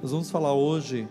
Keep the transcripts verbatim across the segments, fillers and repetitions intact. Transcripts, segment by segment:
Nós vamos falar hoje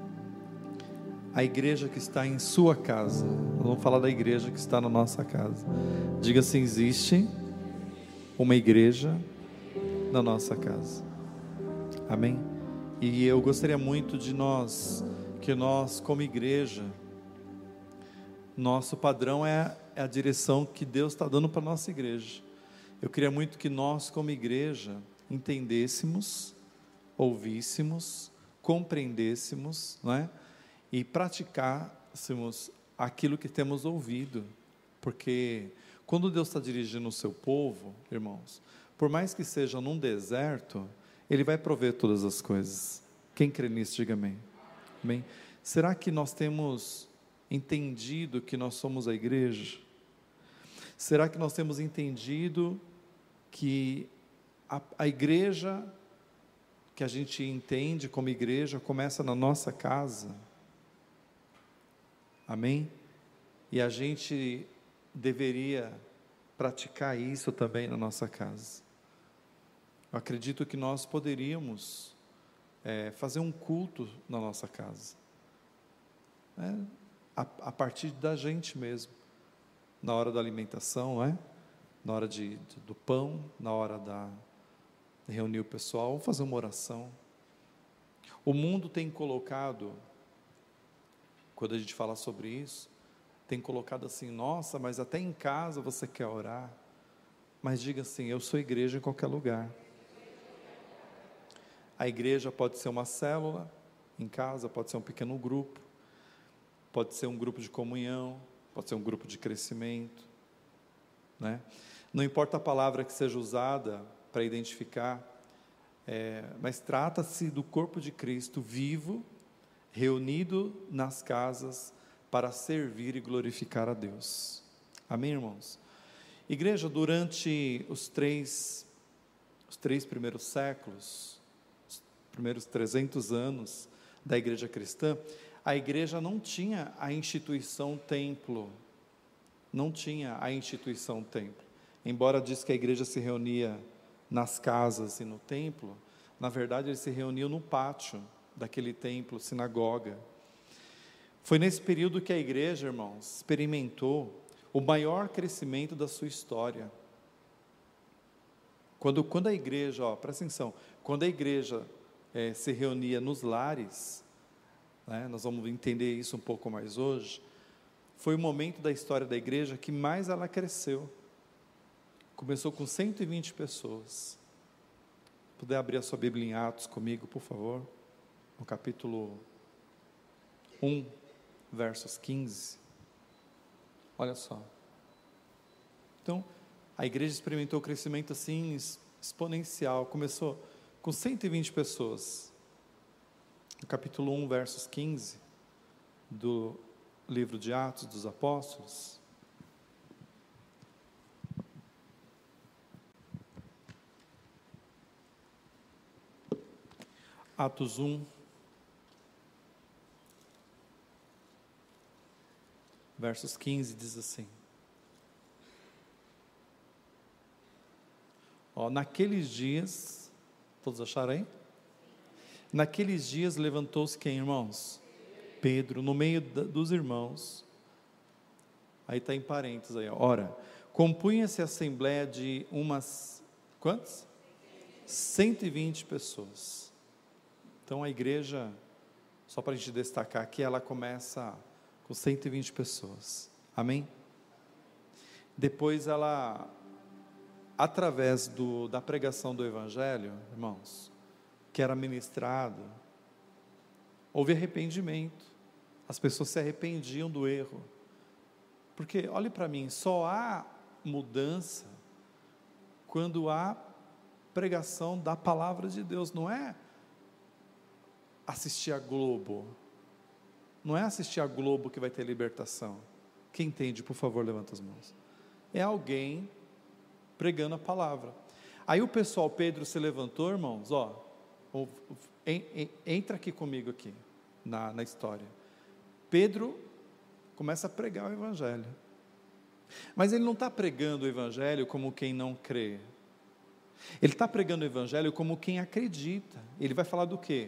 a igreja que está em sua casa. Nós vamos falar da igreja que está na nossa casa. Diga assim: existe uma igreja na nossa casa. Amém? E eu gostaria muito de nós, que nós como igreja, nosso padrão é, é a direção que Deus está dando para a nossa igreja. Eu queria muito que nós como igreja entendêssemos, ouvíssemos, compreendêssemos, não é? E praticássemos aquilo que temos ouvido, porque quando Deus está dirigindo o seu povo, irmãos, por mais que seja num deserto, Ele vai prover todas as coisas. Quem crê nisso, diga amém. Amém? Será que nós temos entendido que nós somos a igreja? Será que nós temos entendido que a, a igreja que a gente entende como igreja começa na nossa casa? Amém? E a gente deveria praticar isso também na nossa casa. Eu acredito que nós poderíamos é, fazer um culto na nossa casa, é, a, a partir da gente mesmo, na hora da alimentação, não é? Na hora de, de, do pão, na hora da, de reunir o pessoal, vamos fazer uma oração. O mundo tem colocado, quando a gente fala sobre isso, tem colocado assim: nossa, mas até em casa você quer orar. Mas diga assim: eu sou igreja em qualquer lugar. A igreja pode ser uma célula em casa, pode ser um pequeno grupo, pode ser um grupo de comunhão, pode ser um grupo de crescimento, né? Não importa a palavra que seja usada para identificar, é, mas trata-se do corpo de Cristo vivo, reunido nas casas para servir e glorificar a Deus. Amém, irmãos? Igreja, durante os três, os três primeiros séculos, os primeiros trezentos anos da igreja cristã, a igreja não tinha a instituição templo, não tinha a instituição templo. Embora diz que a igreja se reunia nas casas e no templo, na verdade eles se reuniam no pátio daquele templo, sinagoga. Foi nesse período que a igreja, irmãos, experimentou o maior crescimento da sua história. Quando, quando a igreja, ó, presta atenção, quando a igreja é, se reunia nos lares, né, nós vamos entender isso um pouco mais hoje, foi o momento da história da igreja que mais ela cresceu. Começou com cento e vinte pessoas. Puder abrir a sua Bíblia em Atos comigo, por favor, no capítulo um, versos quinze. Olha só. Então, a igreja experimentou um crescimento assim exponencial. Começou com cento e vinte pessoas. No capítulo um, versos quinze, do livro de Atos dos Apóstolos. Atos um, versos quinze, diz assim: ó, naqueles dias, todos acharam aí? Naqueles dias levantou-se quem, irmãos? Pedro, no meio da, dos irmãos, aí está em parênteses aí, ó. Ora, compunha-se a assembleia de umas, quantas? cento e vinte pessoas. Então a igreja, só para a gente destacar aqui, ela começa com cento e vinte pessoas, amém? Depois ela, através do, da pregação do evangelho, irmãos, que era ministrado, houve arrependimento, as pessoas se arrependiam do erro, porque, olhe para mim, só há mudança quando há pregação da palavra de Deus, não é assistir a Globo, não é assistir a Globo que vai ter libertação. Quem entende, por favor, levanta as mãos. É alguém pregando a palavra. Aí o pessoal, Pedro se levantou, irmãos, ó, entra aqui comigo aqui, na, na história. Pedro começa a pregar o evangelho, mas ele não está pregando o evangelho como quem não crê, ele está pregando o evangelho como quem acredita. Ele vai falar do quê?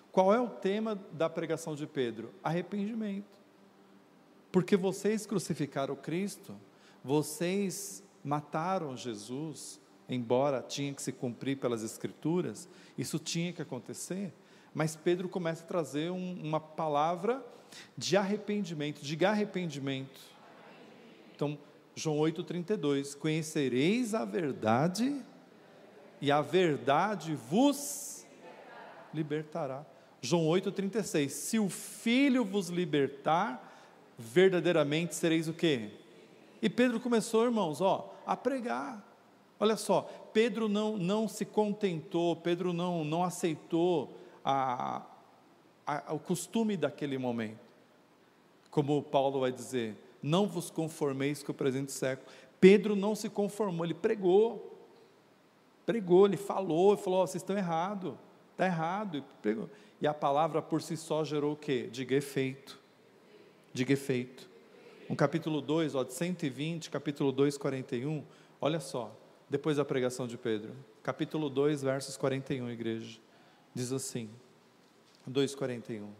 Qual é o tema da pregação de Pedro? Arrependimento. Porque vocês crucificaram Cristo, vocês mataram Jesus, embora tinha que se cumprir pelas Escrituras, isso tinha que acontecer, mas Pedro começa a trazer um, uma palavra de arrependimento, de arrependimento. Então, João oito, trinta e dois, conhecereis a verdade, e a verdade vos libertará. João oito, trinta e seis, se o Filho vos libertar, verdadeiramente sereis o quê? E Pedro começou, irmãos, ó, a pregar. Olha só, Pedro não, não se contentou, Pedro não, não aceitou a, a, o costume daquele momento, como Paulo vai dizer, não vos conformeis com o presente século. Pedro não se conformou, ele pregou, pregou, ele falou, ele falou, ó, vocês estão errados, está errado, e pregou. E a palavra por si só gerou o quê? Diga efeito, diga efeito. No capítulo dois, ó, de cento e vinte, capítulo dois, quarenta e um, olha só, depois da pregação de Pedro, capítulo dois, versos quarenta e um, igreja, diz assim, dois, quarenta e um,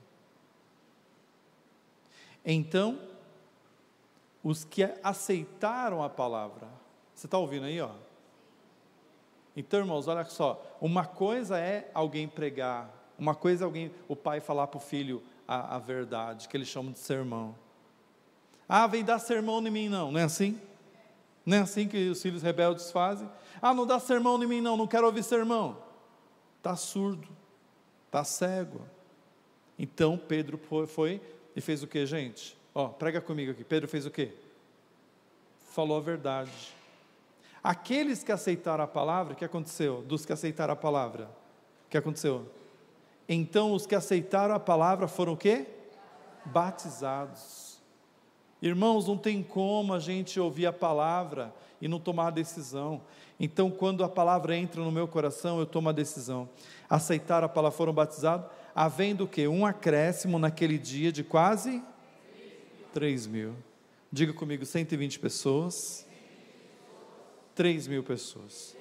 então, os que aceitaram a palavra, você está ouvindo aí, ó? Então, irmãos, olha só, uma coisa é alguém pregar, uma coisa é alguém, o pai falar para o filho a, a verdade, que eles chamam de sermão. Ah, vem dar sermão em mim, não, não é assim? Não é assim que os filhos rebeldes fazem? Ah, não dá sermão em mim, não, não quero ouvir sermão. Está surdo, está cego. Então, Pedro foi, foi e fez o que, gente? Ó, prega comigo aqui, Pedro fez o quê? Falou a verdade. Aqueles que aceitaram a palavra, o que aconteceu? Dos que aceitaram a palavra, o que aconteceu? Então, os que aceitaram a palavra foram o quê? Batizados. Irmãos, não tem como a gente ouvir a palavra e não tomar a decisão. Então, quando a palavra entra no meu coração, eu tomo a decisão. Aceitaram a palavra, foram batizados, havendo o quê? Um acréscimo naquele dia de quase três mil. Diga comigo, cento e vinte pessoas, três mil pessoas.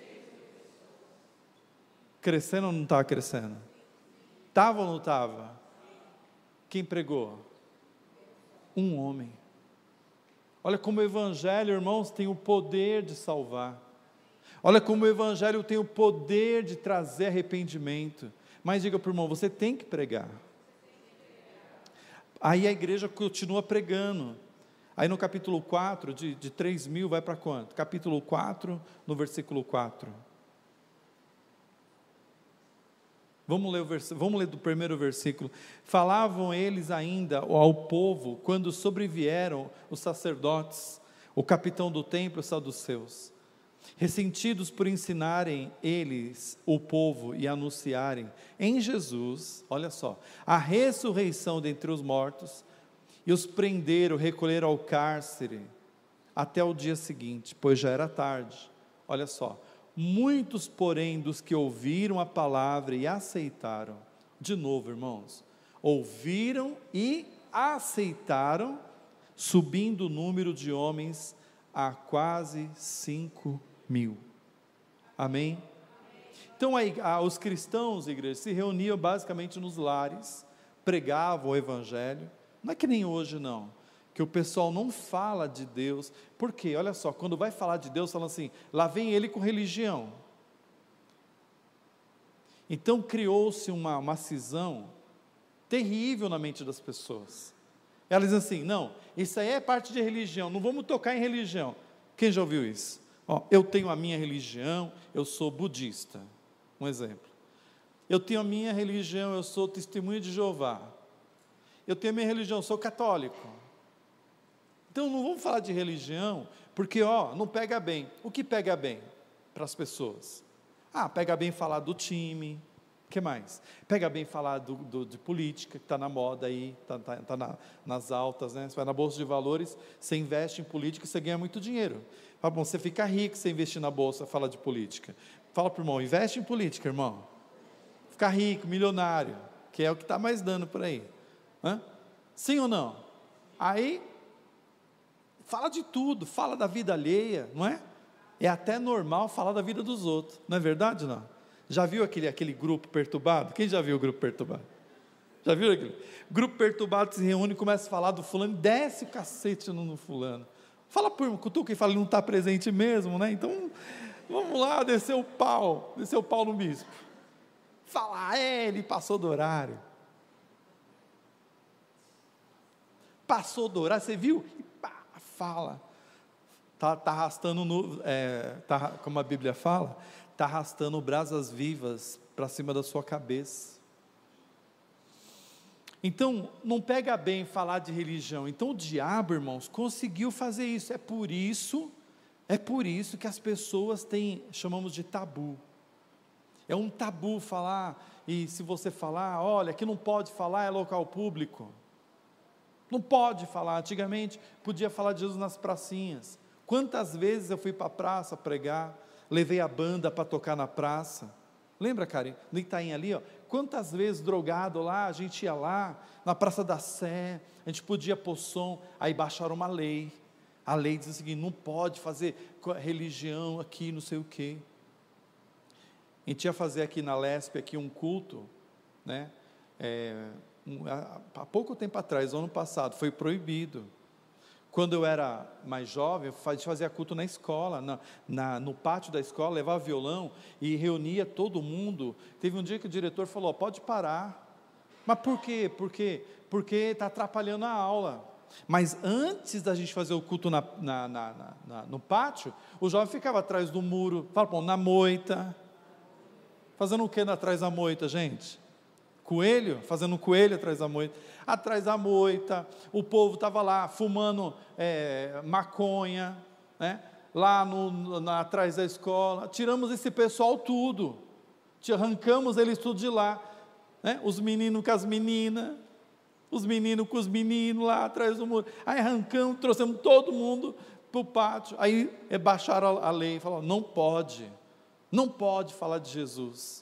Crescendo ou não estava crescendo? Estava ou não estava? Quem pregou? Um homem. Olha como o Evangelho, irmãos, tem o poder de salvar. Olha como o Evangelho tem o poder de trazer arrependimento. Mas diga para o irmão, você tem que pregar. Aí a igreja continua pregando. Aí no capítulo quatro, de, de três mil, vai para quanto? Capítulo quatro, no versículo quatro. Vamos ler, o vers... Vamos ler do primeiro versículo. Falavam eles ainda ao povo, quando sobrevieram os sacerdotes, o capitão do templo e os saduceus, ressentidos por ensinarem eles, o povo, e anunciarem em Jesus, olha só, a ressurreição dentre os mortos, e os prenderam, recolheram ao cárcere, até o dia seguinte, pois já era tarde. Olha só, muitos, porém, dos que ouviram a palavra e aceitaram, de novo, irmãos, ouviram e aceitaram, subindo o número de homens a quase cinco mil. Amém? Então, aí, os cristãos, igreja, se reuniam basicamente nos lares, pregavam o evangelho. Não é que nem hoje, não, que o pessoal não fala de Deus, porque, olha só, quando vai falar de Deus, falam assim, lá vem ele com religião. Então criou-se uma, uma cisão terrível na mente das pessoas. Elas dizem assim, não, isso aí é parte de religião, não vamos tocar em religião. Quem já ouviu isso? Ó, eu tenho a minha religião, eu sou budista, um exemplo. Eu tenho a minha religião, eu sou testemunha de Jeová. Eu tenho a minha religião, eu sou católico. Então não vamos falar de religião, porque ó, não pega bem. O que pega bem para as pessoas? Ah, pega bem falar do time, o que mais? Pega bem falar do, do, de política, que está na moda aí, está tá, tá na, nas altas, né? Você vai na Bolsa de Valores, você investe em política, você ganha muito dinheiro. Ah, bom, você fica rico, você investir na Bolsa, fala de política. Fala para o irmão, investe em política, irmão. Ficar rico, milionário, que é o que está mais dando por aí. Hã? Sim ou não? Aí, fala de tudo, fala da vida alheia, não é? É até normal falar da vida dos outros, não é verdade, não? Já viu aquele, aquele grupo perturbado? Quem já viu o grupo perturbado? Já viram aquilo? Grupo perturbado se reúne e começa a falar do fulano, desce o cacete no, no fulano. Fala por cutuca e fala, ele não está presente mesmo, né? Então, vamos lá, descer o pau, descer o pau no bispo. Fala, é, ele passou do horário. Passou do horário, você viu? E pá, fala. Está tá arrastando, no, é, tá, como a Bíblia fala, está arrastando brasas vivas para cima da sua cabeça. Então, não pega bem falar de religião. Então, o diabo, irmãos, conseguiu fazer isso. É por isso, é por isso que as pessoas têm, chamamos de tabu. É um tabu falar, e se você falar, olha, aqui não pode falar, é local público. Não pode falar. Antigamente, podia falar de Jesus nas pracinhas. Quantas vezes eu fui para a praça pregar, levei a banda para tocar na praça. Lembra, Karen, no Itaim ali, ó, quantas vezes drogado lá, a gente ia lá, na Praça da Sé, a gente podia pôr som, aí baixaram uma lei, a lei diz o seguinte, não pode fazer religião aqui, não sei o quê. A gente ia fazer aqui na Lesp, aqui um culto, né, é, um, há, há pouco tempo atrás, ano passado, foi proibido. Quando eu era mais jovem, a gente fazia culto na escola, na, na, no pátio da escola, levava violão e reunia todo mundo. Teve um dia que o diretor falou, pode parar. Mas por quê? Por quê? Porque está atrapalhando a aula. Mas antes da gente fazer o culto na, na, na, na, no pátio, o jovem ficava atrás do muro, fala, bom, na moita. Fazendo o que atrás da moita, gente? Coelho, fazendo um coelho atrás da moita, atrás da moita, o povo estava lá fumando é, maconha, né? Lá no, no, na, atrás da escola, tiramos esse pessoal tudo, arrancamos eles tudo de lá, né? Os meninos com as meninas, os meninos com os meninos lá atrás do muro, aí arrancamos, trouxemos todo mundo para o pátio, aí baixaram a, a lei, e falaram, não pode, não pode falar de Jesus.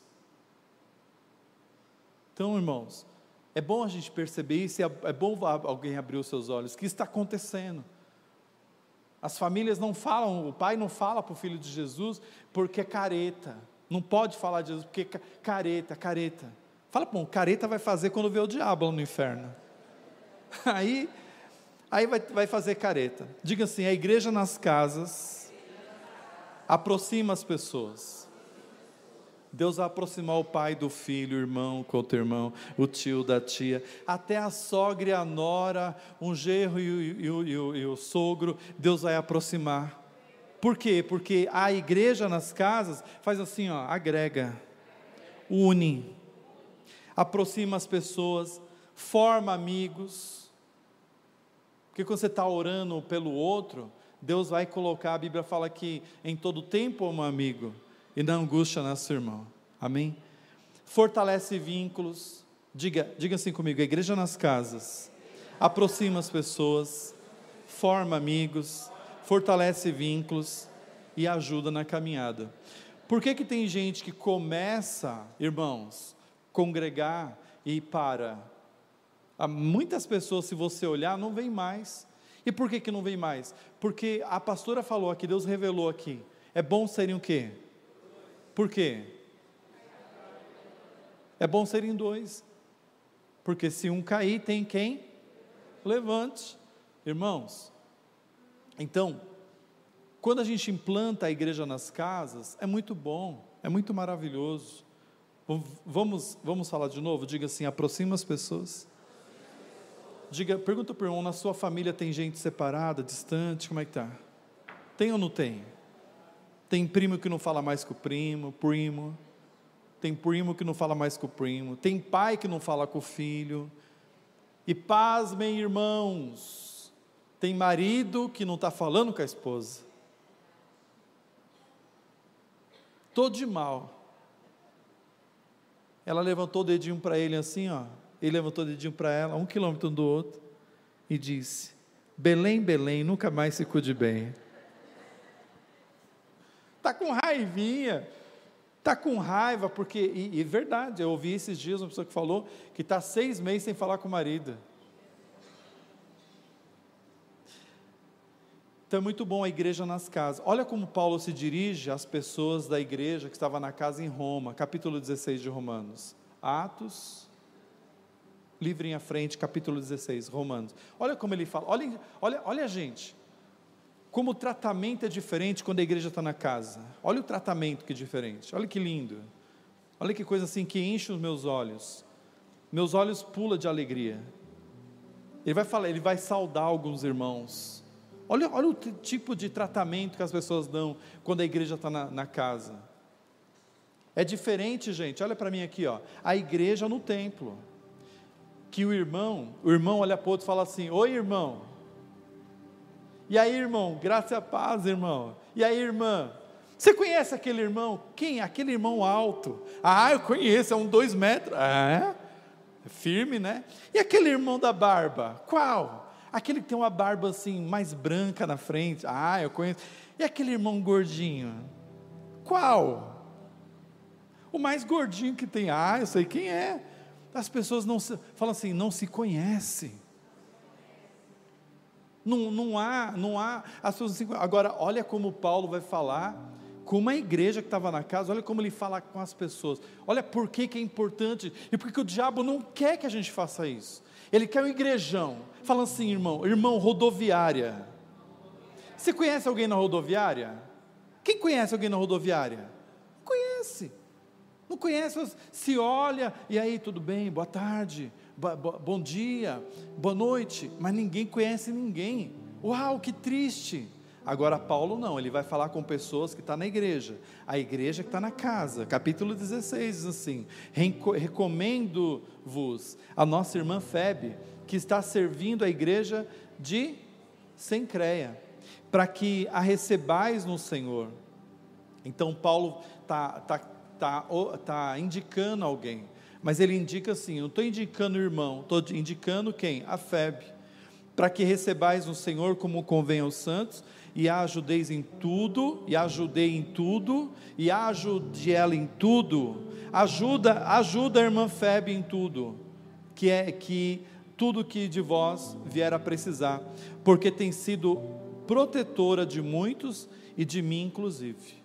Então, irmãos, é bom a gente perceber isso, é bom alguém abrir os seus olhos, que isso está acontecendo. As famílias não falam, o pai não fala para o filho de Jesus, porque é careta, não pode falar de Jesus, porque é careta, careta. Fala, bom, careta vai fazer quando vê o diabo lá no inferno. Aí, aí vai, vai fazer careta. Diga assim, a igreja nas casas aproxima as pessoas. Deus vai aproximar o pai do filho, o irmão com outro irmão, o tio da tia, até a sogra e a nora, um genro e o, e o, e o, e o sogro, Deus vai aproximar. Por quê? Porque a igreja nas casas faz assim, ó, agrega, une, aproxima as pessoas, forma amigos, porque quando você está orando pelo outro, Deus vai colocar, a Bíblia fala que em todo tempo é um amigo, e na angústia nosso irmão, amém? Fortalece vínculos, diga, diga assim comigo, a igreja nas casas, aproxima as pessoas, forma amigos, fortalece vínculos e ajuda na caminhada. Por que que tem gente que começa, irmãos, congregar e para? Há muitas pessoas, se você olhar, não vem mais. E por que que não vem mais? Porque a pastora falou aqui, Deus revelou aqui, é bom serem o quê? Por quê? É bom serem dois, porque se um cair, tem quem? Levante, irmãos. Então, quando a gente implanta a igreja nas casas, é muito bom, é muito maravilhoso. Vamos, vamos falar de novo? Diga assim, aproxima as pessoas. Diga, pergunta para o irmão, na sua família tem gente separada, distante, como é que está? Tem ou não tem? Tem primo que não fala mais com o primo, primo, tem primo que não fala mais com o primo, tem pai que não fala com o filho, e pasmem irmãos, tem marido que não está falando com a esposa, todo de mal. Ela levantou o dedinho para ele assim, ó, ele levantou o dedinho para ela, um quilômetro um do outro, e disse, Belém, Belém, nunca mais se cuide bem. Está com raivinha, está com raiva, porque, e, e verdade, eu ouvi esses dias uma pessoa que falou, que está seis meses sem falar com o marido. Então é muito bom a igreja nas casas. Olha como Paulo se dirige às pessoas da igreja que estava na casa em Roma, capítulo dezesseis de Romanos. Atos, Livrem à frente, capítulo dezesseis, Romanos. Olha como ele fala, olha, olha, olha gente, como o tratamento é diferente quando a igreja está na casa. Olha o tratamento que é diferente, olha que lindo, olha que coisa assim que enche os meus olhos, meus olhos pulam de alegria. Ele vai falar, ele vai saudar alguns irmãos. Olha, olha o t- tipo de tratamento que as pessoas dão quando a igreja está na, na casa. É diferente, gente, olha para mim aqui, ó, a igreja no templo, que o irmão, o irmão olha para o outro e fala assim, oi irmão, e aí irmão, graça e a paz irmão, e aí irmã, você conhece aquele irmão? Quem? Aquele irmão alto. Ah, eu conheço, é um dois metros, é, é firme, né? E aquele irmão da barba? Qual? Aquele que tem uma barba assim, mais branca na frente, ah, eu conheço. E aquele irmão gordinho? Qual? O mais gordinho que tem, ah, eu sei quem é. As pessoas não se, falam assim, não se conhecem, não, não há, não há, as pessoas não se conhecem. Agora, olha como Paulo vai falar com uma igreja que estava na casa, olha como ele fala com as pessoas, olha por que que é importante, e por que o diabo não quer que a gente faça isso, ele quer um igrejão, falando assim, irmão, irmão, rodoviária, você conhece alguém na rodoviária? Quem conhece alguém na rodoviária? Conhece, não conhece, se olha, e aí, tudo bem, boa tarde, bo, bo, bom dia, boa noite, mas ninguém conhece ninguém, uau, que triste. Agora Paulo não, ele vai falar com pessoas que estão na igreja, a igreja que está na casa, capítulo dezesseis, diz assim, recomendo-vos a nossa irmã Febe, que está servindo a igreja de Cencreia, para que a recebais no Senhor. Então Paulo está tá, tá, tá indicando alguém, mas ele indica assim, não estou indicando o irmão, estou indicando quem? A Febe, para que recebais no Senhor como convém aos santos, e a ajudeis em tudo, e a ajudei em tudo, e a ajude ela em tudo, ajuda, ajuda a irmã Febe em tudo, que é que tudo que de vós vier a precisar, porque tem sido protetora de muitos, e de mim inclusive.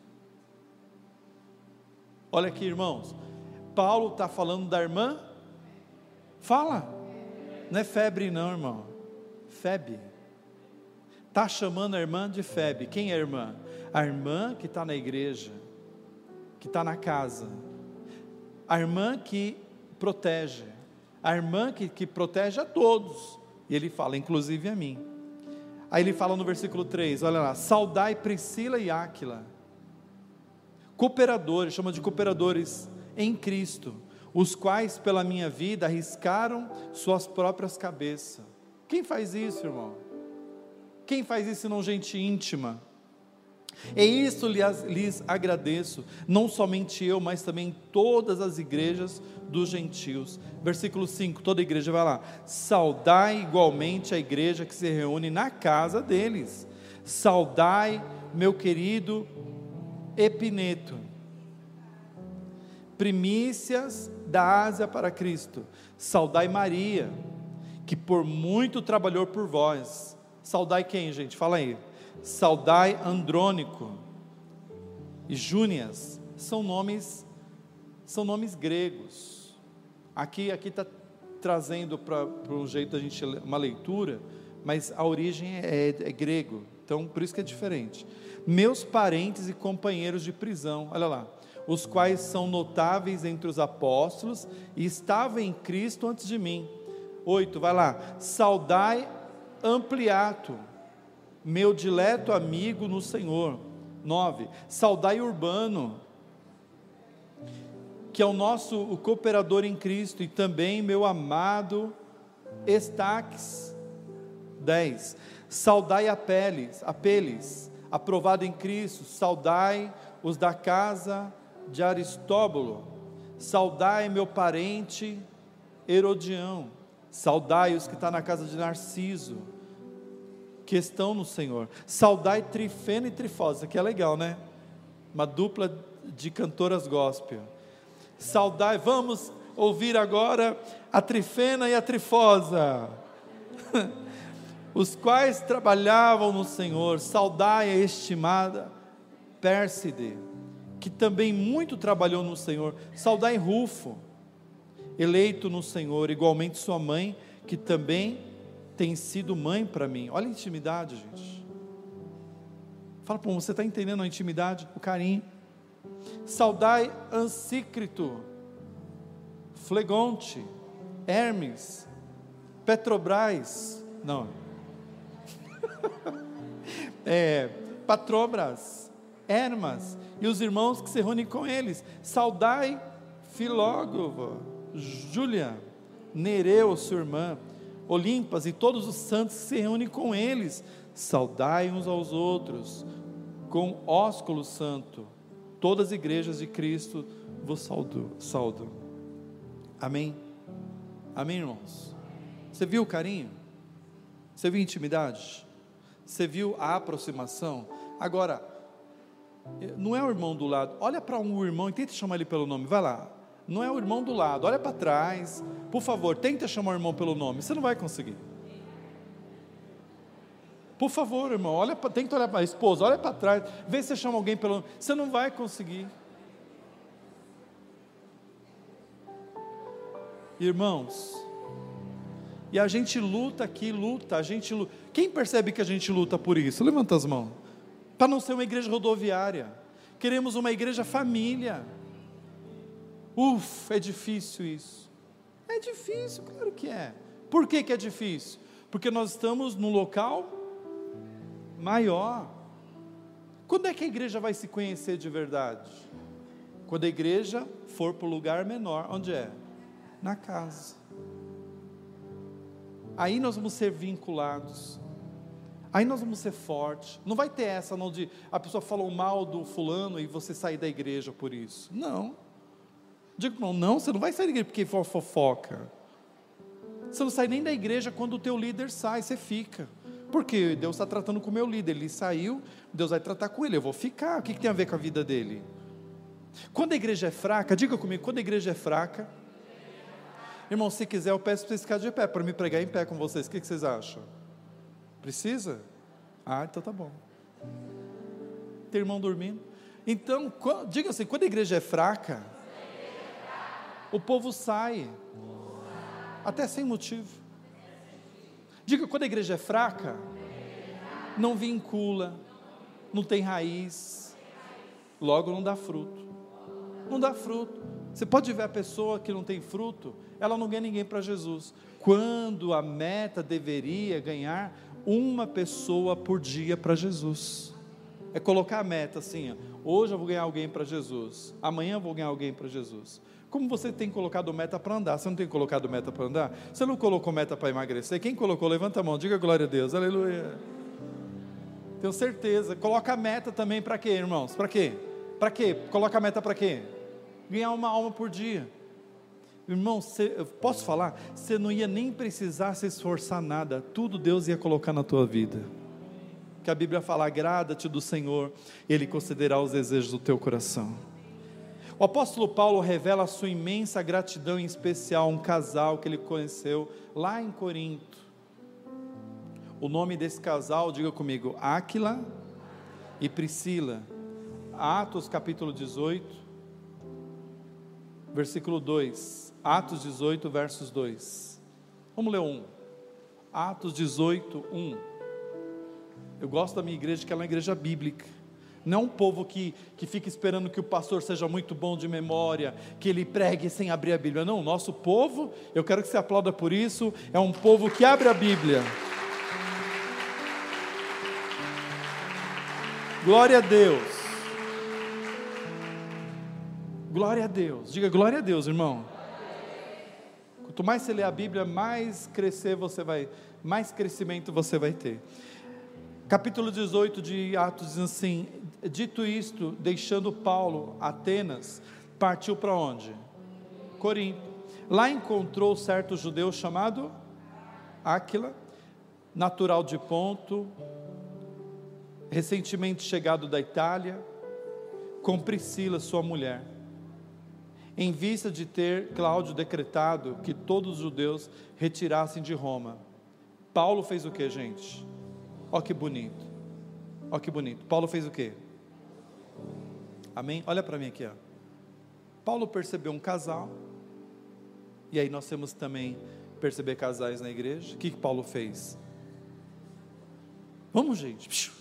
Olha aqui irmãos, Paulo está falando da irmã, fala, não é febre não irmão, Febe, está chamando a irmã de Febe. Quem é a irmã? A irmã que está na igreja, que está na casa, a irmã que protege, a irmã que, que protege a todos, e ele fala, inclusive a mim. Aí ele fala no versículo três, olha lá, saudai Priscila e Áquila, cooperadores, chama de cooperadores em Cristo, os quais pela minha vida arriscaram suas próprias cabeças. Quem faz isso, irmão? Quem faz isso senão gente íntima? E isso lhes, lhes agradeço, não somente eu, mas também todas as igrejas dos gentios. Versículo cinco, toda a igreja vai lá, saudai igualmente a igreja que se reúne na casa deles, saudai meu querido Epineto, primícias da Ásia para Cristo, saudai Maria, que por muito trabalhou por vós. Saudai quem, gente? Fala aí. Saudai Andrônico e Júnias, são nomes, são nomes gregos. Aqui aqui está trazendo para um jeito da gente uma leitura, mas a origem é, é grego, então por isso que é diferente. Meus parentes e companheiros de prisão, olha lá, os quais são notáveis entre os apóstolos e estavam em Cristo antes de mim. Oito, vai lá. Saudai Ampliato, meu dileto amigo no Senhor. Nove, saudai Urbano, que é o nosso o cooperador em Cristo, e também meu amado Estaques. Dez, saudai Apeles, Apeles, aprovado em Cristo, saudai os da casa de Aristóbulo, saudai meu parente Herodião, saudai os que estão na casa de Narciso, que estão no Senhor, saudai Trifena e Trifosa, que é legal, né? Uma dupla de cantoras gospel. Saudai, vamos ouvir agora a Trifena e a Trifosa, os quais trabalhavam no Senhor. Saudai a estimada Pérside, que também muito trabalhou no Senhor. Saudai Rufo, eleito no Senhor, igualmente sua mãe, que também tem sido mãe para mim. Olha a intimidade, gente. Fala, pô, você está entendendo a intimidade, o carinho? Saudai Ansícrito, Flegonte, Hermes, Petrobras, não, é, Patrobras, Hermas, e os irmãos que se reúnem com eles. Saudai Filógogo, Júlia, Nereu, sua irmã, Olimpas e todos os santos que se reúnem com eles. Saudai uns aos outros, com ósculo santo. Todas as igrejas de Cristo vos saudam. saudam. Amém? Amém, irmãos? Você viu o carinho? Você viu a intimidade? Você viu a aproximação? Agora, não é o irmão do lado. Olha para um irmão e tenta chamar ele pelo nome. Vai lá. Não é o irmão do lado. Olha para trás. Por favor, tenta chamar o irmão pelo nome. Você não vai conseguir. Por favor, irmão, olha pra, tenta olhar para a esposa, olha para trás, vê se você chama alguém pelo nome. Você não vai conseguir. Irmãos, e a gente luta aqui, luta, a gente luta. Quem percebe que a gente luta por isso? Levanta as mãos. Para não ser uma igreja rodoviária. Queremos uma igreja família. Uf, é difícil isso. É difícil, claro que é. Por que que é difícil? Porque nós estamos num local maior. Quando é que a igreja vai se conhecer de verdade? Quando a igreja for para o lugar menor. Onde é? Na casa. Aí nós vamos ser vinculados. Aí nós vamos ser fortes. Não vai ter essa não de a pessoa falou mal do fulano e você sair da igreja por isso. Não. Digo, não, não, você não vai sair da igreja porque for fofoca. Você não sai nem da igreja quando o teu líder sai, você fica. Porque Deus está tratando com o meu líder, ele saiu, Deus vai tratar com ele, eu vou ficar. O que, que tem a ver com a vida dele? Quando a igreja é fraca, diga comigo, quando a igreja é fraca, irmão, se quiser eu peço para vocês ficarem de pé, para me pregar em pé com vocês. O que, que vocês acham? Precisa? Ah, então tá bom. Tem irmão dormindo? Então, quando, diga assim, quando a igreja é fraca, o povo sai, até sem motivo. Diga, quando a igreja é fraca, não vincula, não tem raiz, logo não dá fruto, não dá fruto. Você pode ver a pessoa que não tem fruto, ela não ganha ninguém para Jesus, quando a meta deveria ganhar uma pessoa por dia para Jesus, é colocar a meta assim, ó, hoje eu vou ganhar alguém para Jesus, amanhã eu vou ganhar alguém para Jesus. Como você tem colocado meta para andar? Você não tem colocado meta para andar? Você não colocou meta para emagrecer? Quem colocou? Levanta a mão, diga glória a Deus, aleluia. Tenho certeza. Coloca a meta também para quê, irmãos? Para quê? Para quê? Coloca a meta para quê? Ganhar uma alma por dia. Irmão, você, eu posso falar? Você não ia nem precisar se esforçar nada, tudo Deus ia colocar na tua vida. Que a Bíblia fala, agrada-te do Senhor, Ele concederá os desejos do teu coração. O apóstolo Paulo revela a sua imensa gratidão, em especial a um casal que ele conheceu lá em Corinto. O nome desse casal, diga comigo, Áquila e Priscila. Atos capítulo dezoito, versículo dois. Atos dezoito, versos dois. Vamos ler um. Atos dezoito, um. Eu gosto da minha igreja, que ela é uma igreja bíblica. Não é um povo que, que fica esperando que o pastor seja muito bom de memória, que ele pregue sem abrir a Bíblia. Não, o nosso povo, eu quero que você aplauda por isso, é um povo que abre a Bíblia. Glória a Deus. Glória a Deus. Diga glória a Deus, irmão. Quanto mais você ler a Bíblia, mais crescer você vai, mais crescimento você vai ter. Capítulo dezoito de Atos diz assim, dito isto, deixando Paulo Atenas, partiu para onde? Corinto. Lá encontrou certo judeu chamado Áquila, natural de Ponto, recentemente chegado da Itália, com Priscila, sua mulher, em vista de ter Cláudio decretado que todos os judeus retirassem de Roma. Paulo fez o que, gente? Ó que bonito, ó que bonito, Paulo fez o quê? Amém? Olha para mim aqui, ó. Paulo percebeu um casal, E aí nós temos também perceber casais na igreja. O que, que Paulo fez? Vamos, gente.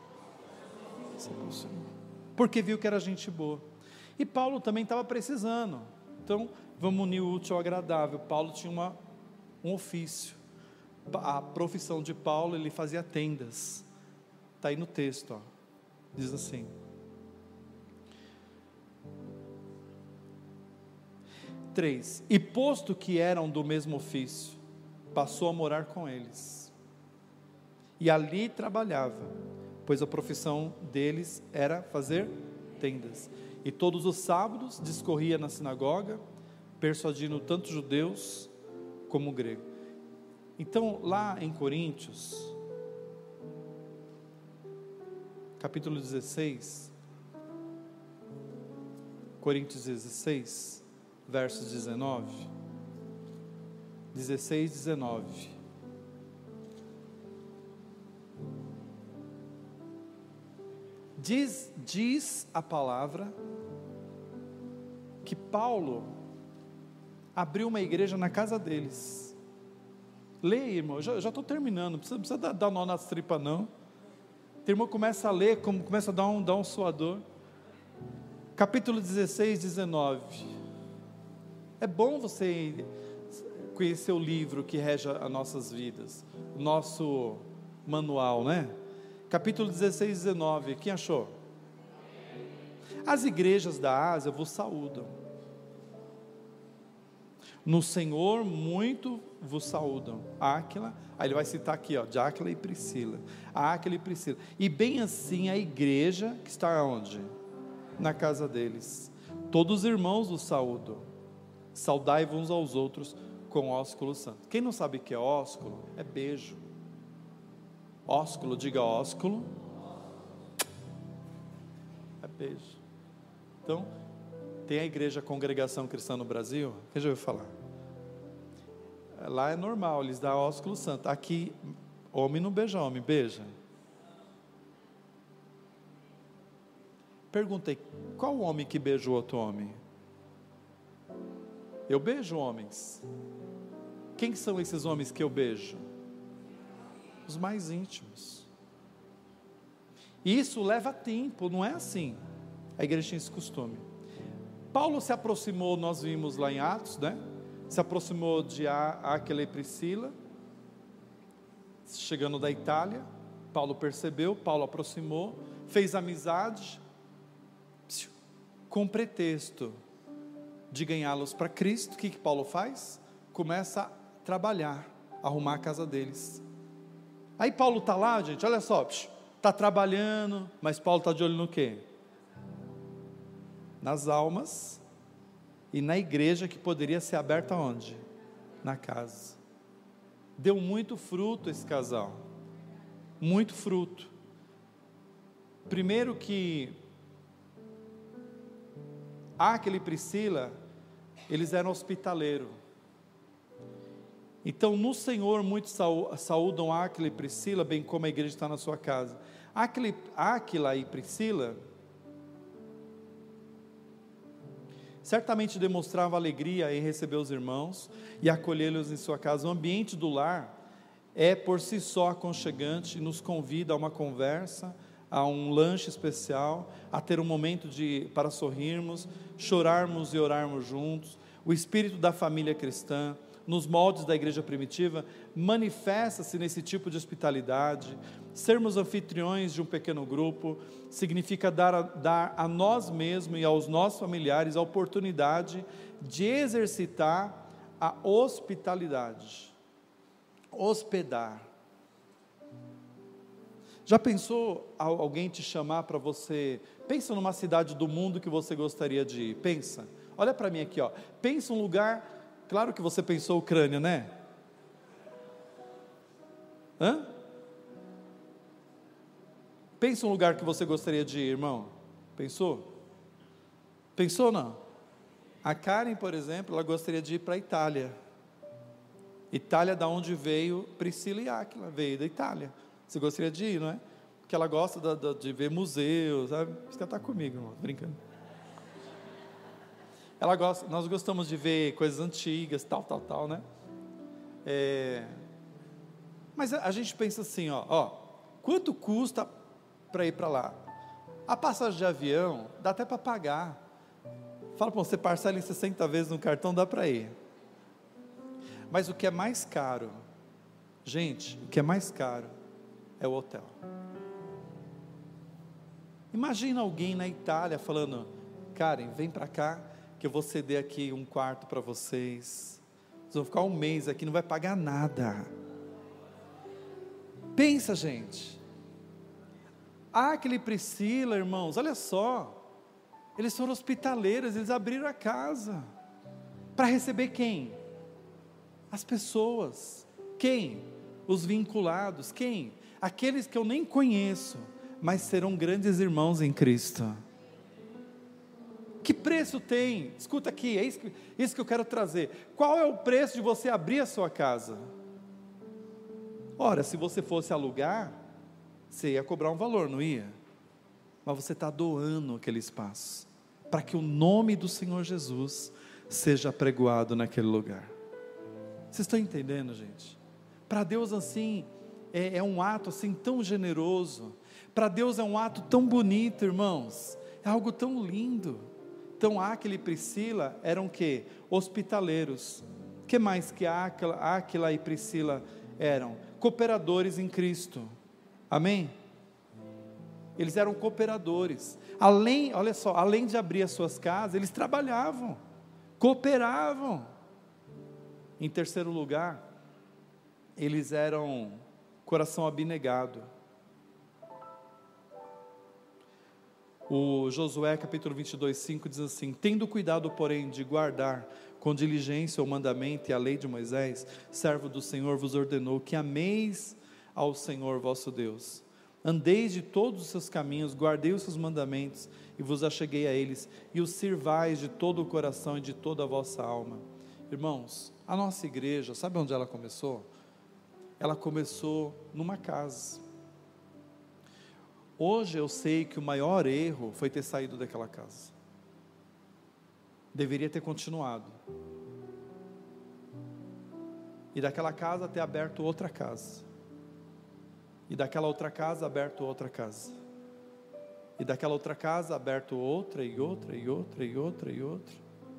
Porque viu que era gente boa. E Paulo também estava precisando. Então, vamos unir o útil ao agradável. Paulo tinha uma, um ofício. A profissão de Paulo, ele fazia tendas. Está aí no texto, ó. Diz assim: três. E posto que eram do mesmo ofício, passou a morar com eles. E ali trabalhava, pois a profissão deles era fazer tendas. E todos os sábados discorria na sinagoga, persuadindo tanto judeus como gregos. Então, lá em Coríntios, capítulo dezesseis, Coríntios dezesseis, versos dezenove, dezesseis, dezenove. Diz, diz a palavra que Paulo abriu uma igreja na casa deles. Leia, irmão, eu já estou terminando, não precisa, precisa dar, dar nó nas tripas não. O irmão começa a ler, como, começa a dar um, dar um suador. Capítulo dezesseis, dezenove. É bom você conhecer o livro que rege as nossas vidas, o nosso manual, né? Capítulo dezesseis, dezenove, quem achou? As igrejas da Ásia vos saúdam. No Senhor muito vos saúdam. Áquila, aí ele vai citar aqui, ó, de Áquila e Priscila. Áquila e Priscila. E bem assim a igreja que está onde? Na casa deles. Todos os irmãos vos saúdam. Saudai-vos uns aos outros com ósculo santo. Quem não sabe o que é ósculo? É beijo. Ósculo, diga ósculo. É beijo. Então, tem a igreja Congregação Cristã no Brasil, quem já ouviu falar? Lá é normal, eles dão ósculo santo. Aqui, homem não beija homem, beija. Perguntei, qual homem que beija o outro homem? Eu beijo homens. Quem são esses homens que eu beijo? Os mais íntimos. E isso leva tempo, não é assim. A igreja tinha esse costume. Paulo se aproximou, nós vimos lá em Atos, né? Se aproximou de Áquila e Priscila, chegando da Itália. Paulo percebeu, Paulo aproximou, fez amizade, com pretexto de ganhá-los para Cristo. O que que Paulo faz? Começa a trabalhar, arrumar a casa deles. Aí Paulo está lá, gente, olha só, está trabalhando, mas Paulo está de olho no quê? Nas almas e na igreja que poderia ser aberta onde? Na casa. Deu muito fruto esse casal, muito fruto. Primeiro que Áquila e Priscila, eles eram hospitaleiros. Então no Senhor muitos saúdam Áquila e Priscila, bem como a igreja está na sua casa. Áquila, Áquila e Priscila certamente demonstrava alegria em receber os irmãos e acolhê-los em sua casa. O ambiente do lar é por si só aconchegante e nos convida a uma conversa, a um lanche especial, a ter um momento de, para sorrirmos, chorarmos e orarmos juntos. O espírito da família cristã, nos moldes da igreja primitiva, manifesta-se nesse tipo de hospitalidade. Sermos anfitriões de um pequeno grupo significa dar a, dar a nós mesmos e aos nossos familiares a oportunidade de exercitar a hospitalidade, hospedar. Já pensou alguém te chamar para você? Pensa numa cidade do mundo que você gostaria de ir. Pensa, olha para mim aqui, ó. Pensa um lugar. Claro que você pensou Ucrânia, né? Hã? Pensa um lugar que você gostaria de ir, irmão. Pensou? Pensou não? A Karen, por exemplo, ela gostaria de ir para a Itália. Itália, da onde veio Priscila e Áquila, veio da Itália. Você gostaria de ir, não é? Porque ela gosta da, da, de ver museus, sabe? Você está comigo, irmão, brincando. ela gosta, nós gostamos de ver coisas antigas, tal, tal, tal, né? É, mas a, a gente pensa assim, ó, ó, quanto custa para ir para lá? A passagem de avião, dá até para pagar. Fala para você, parcela em sessenta vezes no cartão, dá para ir. Mas o que é mais caro, gente, o que é mais caro é o hotel. Imagina alguém na Itália falando, Karen, vem para cá, que eu vou ceder aqui um quarto para vocês. Vocês vão ficar um mês aqui, não vai pagar nada. Pensa, gente. Aquele Priscila, irmãos, olha só. Eles foram hospitaleiros, eles abriram a casa. Para receber quem? As pessoas. Quem? Os vinculados. Quem? Aqueles que eu nem conheço, mas serão grandes irmãos em Cristo. Que preço tem? Escuta aqui, é isso que, isso que eu quero trazer. Qual é o preço de você abrir a sua casa? Ora, se você fosse alugar, você ia cobrar um valor, não ia? Mas você está doando aquele espaço, para que o nome do Senhor Jesus seja apregoado naquele lugar. Vocês estão entendendo, gente? Para Deus assim, é, é um ato assim tão generoso. Para Deus é um ato tão bonito, irmãos. É algo tão lindo. Então Áquila e Priscila eram o quê? Hospitaleiros. O que mais que Áquila, Áquila e Priscila eram? Cooperadores em Cristo. Amém? Eles eram cooperadores. Além, olha só, além de abrir as suas casas, eles trabalhavam, cooperavam. Em terceiro lugar, eles eram coração abnegado. O Josué capítulo vinte e dois, cinco diz assim: tendo cuidado, porém, de guardar com diligência o mandamento e a lei de Moisés, servo do Senhor, vos ordenou que ameis ao Senhor vosso Deus, andeis de todos os seus caminhos, guardei os seus mandamentos e vos acheguei a eles, e os sirvais de todo o coração e de toda a vossa alma. Irmãos, a nossa igreja, sabe onde ela começou? Ela começou numa casa. Hoje eu sei que o maior erro foi ter saído daquela casa. Deveria ter continuado. E daquela casa ter aberto outra casa. E daquela outra casa aberto outra casa. E daquela outra casa aberto outra e outra e outra e outra e outra.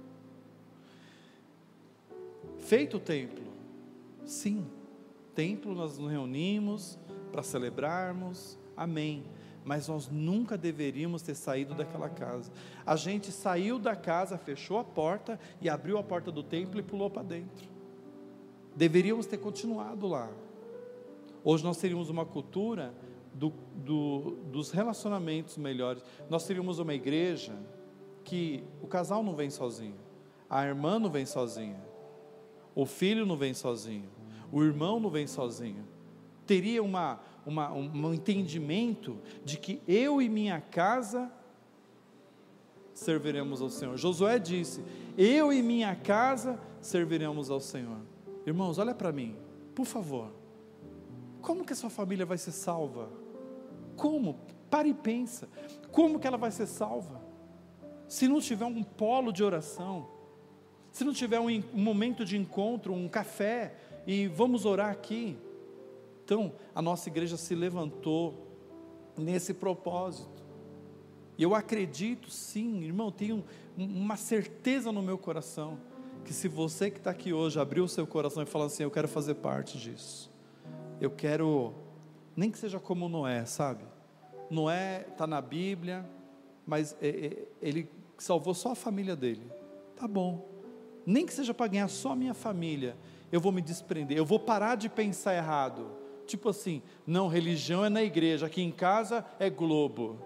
Feito o templo. Sim, templo nós nos reunimos para celebrarmos. Amém. Mas nós nunca deveríamos ter saído daquela casa. A gente saiu da casa, fechou a porta e abriu a porta do templo e pulou para dentro. Deveríamos ter continuado lá. Hoje nós teríamos uma cultura do, do, dos relacionamentos melhores. Nós teríamos uma igreja que o casal não vem sozinho, a irmã não vem sozinha, o filho não vem sozinho, o irmão não vem sozinho. Teria uma, uma, um, um entendimento de que eu e minha casa serviremos ao Senhor. Josué disse: eu e minha casa serviremos ao Senhor. Irmãos, olha para mim, por favor. Como que a sua família vai ser salva? Como? Pare e pensa. Como que ela vai ser salva? Se não tiver um polo de oração, se não tiver um, um momento de encontro, um café, e vamos orar aqui. Então, a nossa igreja se levantou nesse propósito. E eu acredito, sim, irmão, tenho uma certeza no meu coração, que se você que está aqui hoje, abriu o seu coração e falou assim: eu quero fazer parte disso. Eu quero, nem que seja como Noé, sabe? Noé está na Bíblia, mas é, é, ele salvou só a família dele. Tá bom. Nem que seja para ganhar só a minha família, eu vou me desprender, eu vou parar de pensar errado. Tipo assim, não, religião é na igreja, aqui em casa é Globo.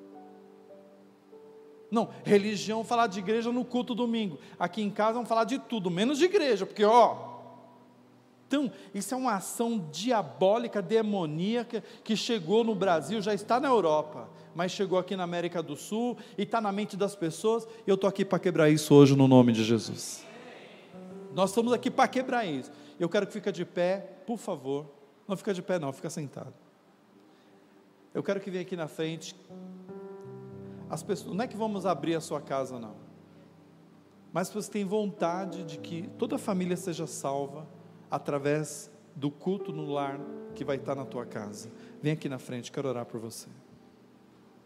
Não, religião, falar de igreja no culto domingo, aqui em casa vamos falar de tudo, menos de igreja, porque ó, então, isso é uma ação diabólica, demoníaca, que chegou no Brasil, já está na Europa, mas chegou aqui na América do Sul, e está na mente das pessoas, e eu estou aqui para quebrar isso hoje no nome de Jesus. Nós estamos aqui para quebrar isso. Eu quero que fique de pé, por favor. Não fica de pé não, fica sentado. Eu quero que venha aqui na frente. As pessoas, não é que vamos abrir a sua casa não. mas se você tem vontade de que toda a família seja salva através do culto no lar que vai estar na tua casa, vem aqui na frente, quero orar por você.